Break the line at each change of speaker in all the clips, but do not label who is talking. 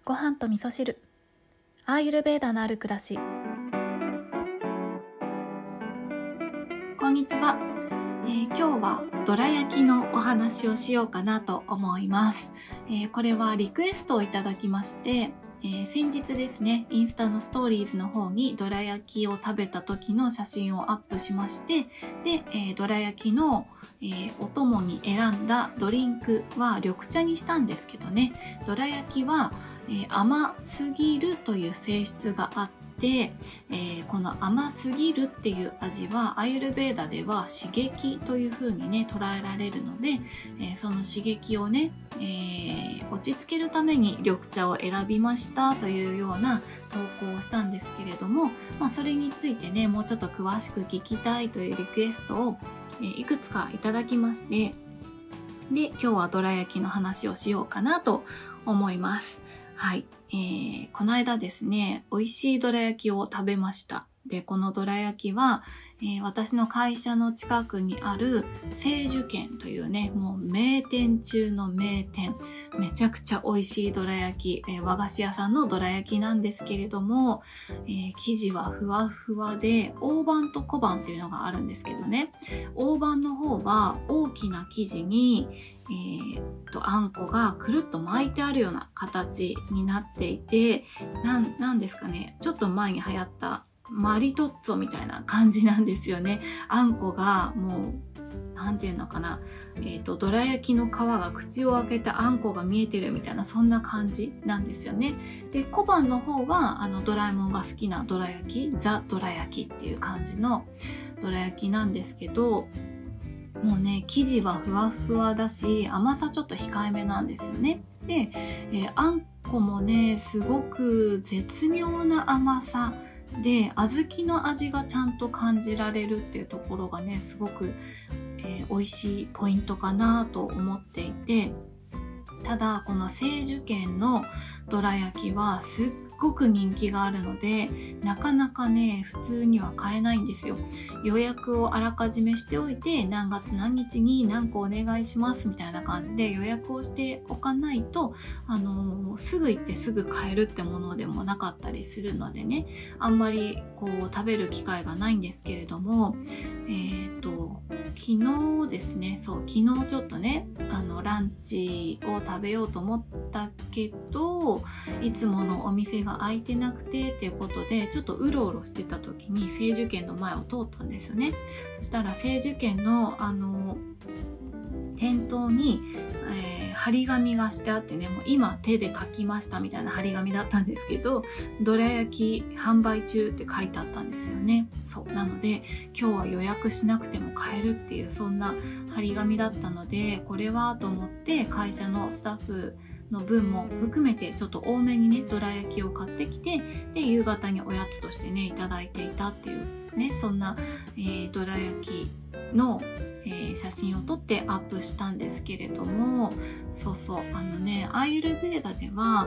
ご飯と味噌汁、アーユルヴェーダのある暮らし。こんにちは。今日はどら焼きのお話をしようかなと思います。これはリクエストをいただきまして、先日ですね、インスタのストーリーズの方にどら焼きを食べた時の写真をアップしまして、で、どら焼きの、お供に選んだドリンクは緑茶にしたんですけどね、どら焼きは、甘すぎるという性質があって、この甘すぎるっていう味はアーユルヴェーダでは刺激という風にね捉えられるので、その刺激をね、落ち着けるために緑茶を選びましたというような投稿をしたんですけれども、それについてねもうちょっと詳しく聞きたいというリクエストを、いくつかいただきまして、で今日はどら焼きの話をしようかなと思います。はい、この間ですね、美味しいどら焼きを食べました。で、このどら焼きは、私の会社の近くにある清寿軒というね、もう名店中の名店、めちゃくちゃ美味しいどら焼き、和菓子屋さんのどら焼きなんですけれども、生地はふわふわで、大判と小判っていうのがあるんですけどね、大判の方は大きな生地に、あんこがくるっと巻いてあるような形になっていて、なんですかね、ちょっと前に流行ったマリトッツォみたいな感じなんですよね。あんこがもうなんていうのかな、どら焼きの皮が口を開けてあんこが見えてるみたいな、そんな感じなんですよね。で、小判の方はドラえもんが好きなどら焼き、ザ・どら焼きっていう感じのどら焼きなんですけど、もうね、生地はふわふわだし、甘さちょっと控えめなんですよね。で、あんこもね、すごく絶妙な甘さで、小豆の味がちゃんと感じられるっていうところがね、すごく、美味しいポイントかなと思っていて、ただこの清寿軒のどら焼きはすっごく人気があるので、なかなかね普通には買えないんですよ。予約をあらかじめしておいて、何月何日に何個お願いしますみたいな感じで予約をしておかないと、すぐ行ってすぐ買えるってものでもなかったりするのでね、あんまりこう食べる機会がないんですけれども、昨日ですね、昨日ちょっとねランチを食べようと思ったけど、いつものお店が開いてなくてっていうことで、ちょっとうろうろしてた時に清寿軒の前を通ったんですよね。そしたら清寿軒の店頭に、張り紙がしてあってね、もう今手で書きましたみたいな張り紙だったんですけど、どら焼き販売中って書いてあったんですよね。そうなので、今日は予約しなくても買えるっていう、そんな張り紙だったので、これはと思って会社のスタッフの分も含めてちょっと多めにねどら焼きを買ってきて、で夕方におやつとしてねいただいていたっていうね、そんな、どら焼きの、写真を撮ってアップしたんですけれども、アーユルヴェーダでは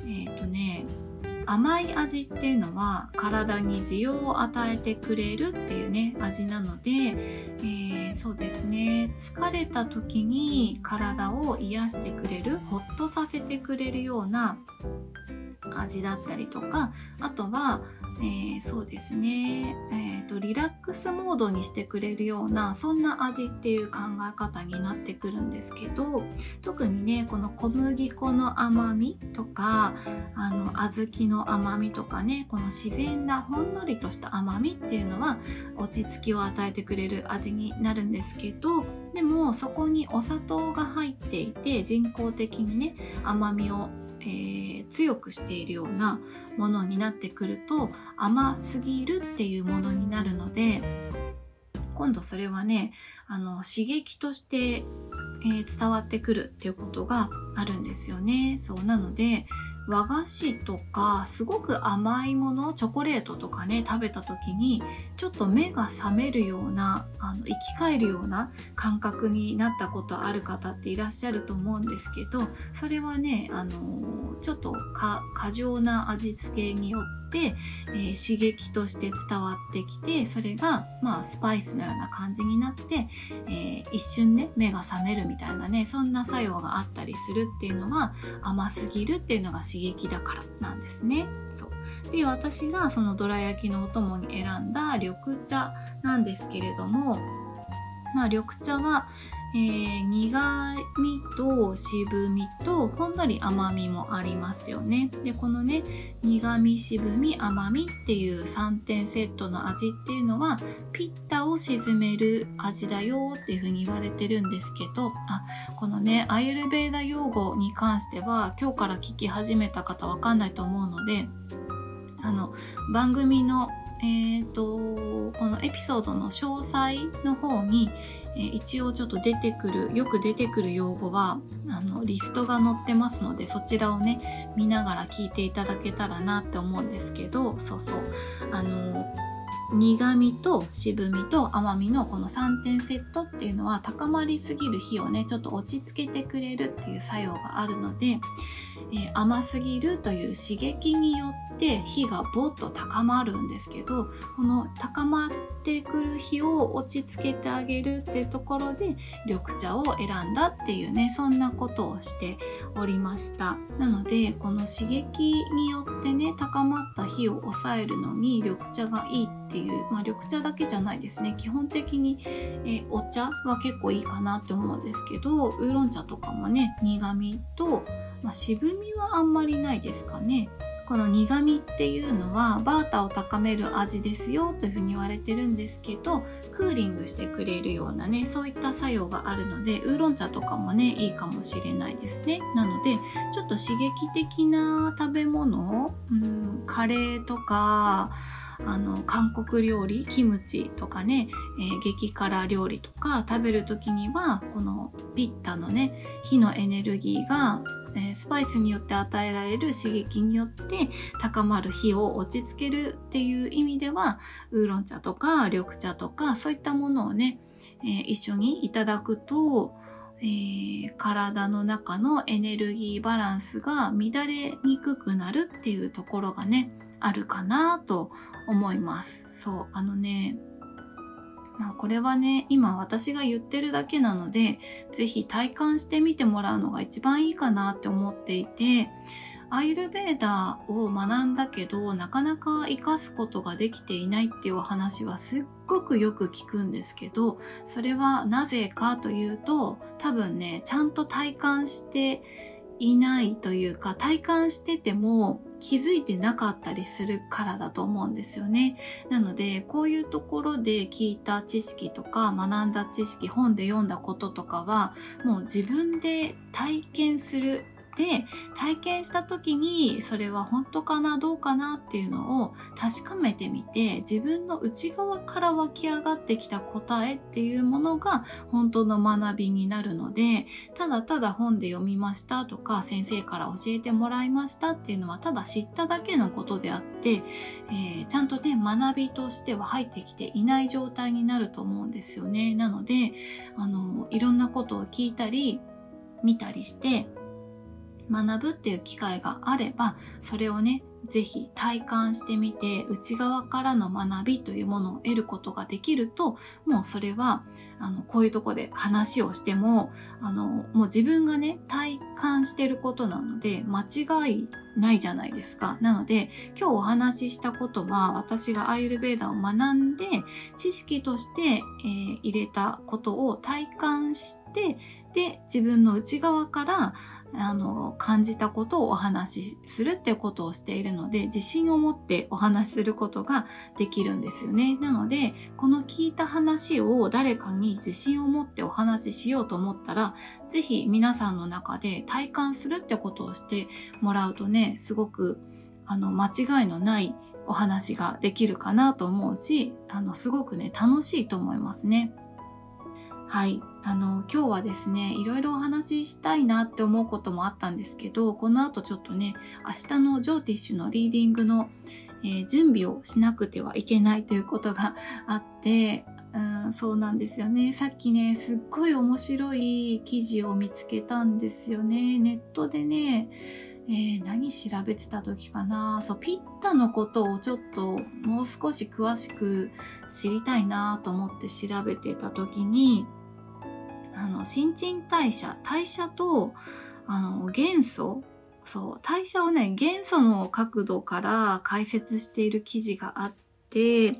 甘い味っていうのは体に滋養を与えてくれるっていうね味なので、そうですね、疲れた時に体を癒してくれる、ほっとさせてくれるような味だったりとか、あとは、そうですね、リラックスモードにしてくれるような、そんな味っていう考え方になってくるんですけど、特にねこの小麦粉の甘みとか小豆の甘みとかね、この自然なほんのりとした甘みっていうのは落ち着きを与えてくれる味になるんですけど、でもそこにお砂糖が入っていて人工的にね甘みを強くしているようなものになってくると、甘すぎるっていうものになるので、今度それはね刺激として、伝わってくるっていうことがあるんですよね。そうなので、和菓子とかすごく甘いもの、チョコレートとかね食べた時にちょっと目が覚めるような生き返るような感覚になったことある方っていらっしゃると思うんですけど、それはねちょっと過剰な味付けによって、刺激として伝わってきて、それがスパイスのような感じになって、一瞬ね目が覚めるみたいなね、そんな作用があったりするっていうのは、甘すぎるっていうのが刺激だからなんですね。そうで、私がそのどら焼きのお供に選んだ緑茶なんですけれども、緑茶は、苦味と渋みとほんのり甘みもありますよね。でこのね、苦味渋み甘みっていう3点セットの味っていうのはピッタを鎮める味だよっていう風に言われてるんですけど、このねアーユルヴェーダ用語に関しては今日から聞き始めた方わかんないと思うので、番組のこのエピソードの詳細の方に、一応ちょっとよく出てくる用語はリストが載ってますので、そちらをね見ながら聞いていただけたらなって思うんですけど、苦味と渋みと甘みのこの3点セットっていうのは、高まりすぎる火をねちょっと落ち着けてくれるっていう作用があるので、甘すぎるという刺激によって火がボッと高まるんですけど、この高まってくる火を落ち着けてあげるっていうところで緑茶を選んだっていうね、そんなことをしておりました。なのでこの刺激によってね高まった火を抑えるのに緑茶がいいっていう、緑茶だけじゃないですね、基本的に、お茶は結構いいかなって思うんですけど、ウーロン茶とかもね苦味と、渋みはあんまりないですかね。この苦味っていうのはバータを高める味ですよというふうに言われてるんですけど、クーリングしてくれるようなねそういった作用があるので、ウーロン茶とかもねいいかもしれないですね。なのでちょっと刺激的な食べ物、カレーとか韓国料理、キムチとかね、激辛料理とか食べる時には、このピッタのね火のエネルギーがスパイスによって与えられる刺激によって高まる火を落ち着けるっていう意味では、ウーロン茶とか緑茶とかそういったものをね、一緒にいただくと、体の中のエネルギーバランスが乱れにくくなるっていうところがねあるかなと思います。これはね今私が言ってるだけなので、ぜひ体感してみてもらうのが一番いいかなって思っていて、アイルベーダーを学んだけどなかなか活かすことができていないっていうお話はすっごくよく聞くんですけど、それはなぜかというと、多分ねちゃんと体感していないというか、体感してても気づいてなかったりするからだと思うんですよね。なのでこういうところで聞いた知識とか学んだ知識、本で読んだこととかはもう自分で体験する。で体験した時にそれは本当かなどうかなっていうのを確かめてみて、自分の内側から湧き上がってきた答えっていうものが本当の学びになるので、ただただ本で読みましたとか先生から教えてもらいましたっていうのはただ知っただけのことであって、ちゃんとね学びとしては入ってきていない状態になると思うんですよね。なのでいろんなことを聞いたり見たりして学ぶっていう機会があれば、それをねぜひ体感してみて、内側からの学びというものを得ることができると、もうそれはこういうとこで話をしてももう自分がね体感してることなので間違いないじゃないですか。なので今日お話ししたことは、私がアーユルヴェーダを学んで知識として、入れたことを体感して、で自分の内側から感じたことをお話しするっていうことをしているので、自信を持ってお話しすることができるんですよね。なのでこの聞いた話を誰かに自信を持ってお話ししようと思ったら、ぜひ皆さんの中で体感するってことをしてもらうとね、すごく間違いのないお話ができるかなと思うし、すごくね楽しいと思いますね。はい、今日はですねいろいろお話ししたいなって思うこともあったんですけど、この後ちょっとね明日のジョーティッシュのリーディングの、準備をしなくてはいけないということがあって、そうなんですよね。さっきねすっごい面白い記事を見つけたんですよね。ネットでね何調べてた時かな。そう、ピッタのことをちょっともう少し詳しく知りたいなと思って調べてた時に、新陳代謝と元素、そう代謝をね、元素の角度から解説している記事があって、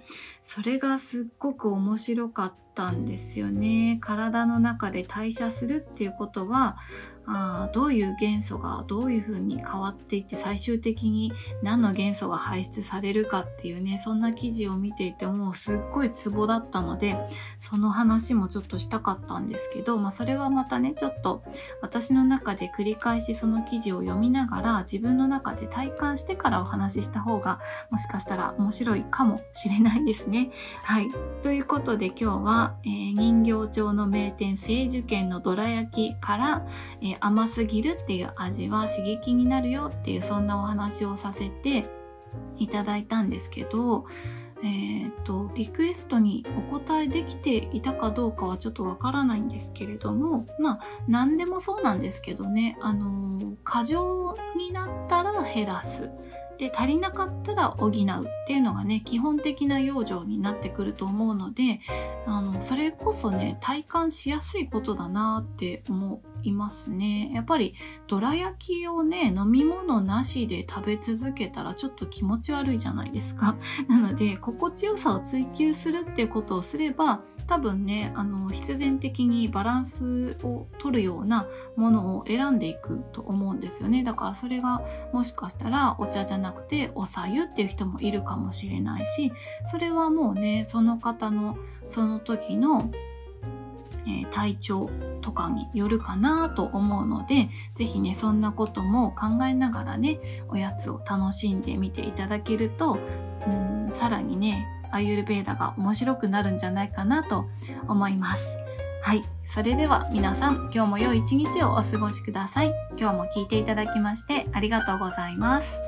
それがすっごく面白かったんですよね。体の中で代謝するっていうことは、どういう元素がどういう風に変わっていって最終的に何の元素が排出されるかっていうね、そんな記事を見ていてもすっごいツボだったので、その話もちょっとしたかったんですけど、それはまたね、ちょっと私の中で繰り返しその記事を読みながら自分の中で体感してからお話しした方がもしかしたら面白いかもしれないですね。はい。ということで今日は、人形町の名店清寿軒のどら焼きから、甘すぎるっていう味は刺激になるよっていう、そんなお話をさせていただいたんですけど、リクエストにお答えできていたかどうかはちょっとわからないんですけれども、何でもそうなんですけどね、過剰になったら減らす。で、足りなかったら補うっていうのがね、基本的な養生になってくると思うので、それこそね、体感しやすいことだなって思いますね。やっぱりどら焼きをね、飲み物なしで食べ続けたらちょっと気持ち悪いじゃないですか。なので、心地よさを追求するっていうことをすれば、多分ね、必然的にバランスを取るようなものを選んでいくと思うんですよね。だからそれがもしかしたらお茶じゃなくてお白湯っていう人もいるかもしれないし、それはもうね、その方のその時の、体調とかによるかなと思うので、ぜひね、そんなことも考えながらね、おやつを楽しんでみていただけると、さらにね、アーユルヴェーダが面白くなるんじゃないかなと思います。はい。それでは皆さん、今日も良い一日をお過ごしください。今日も聞いていただきましてありがとうございます。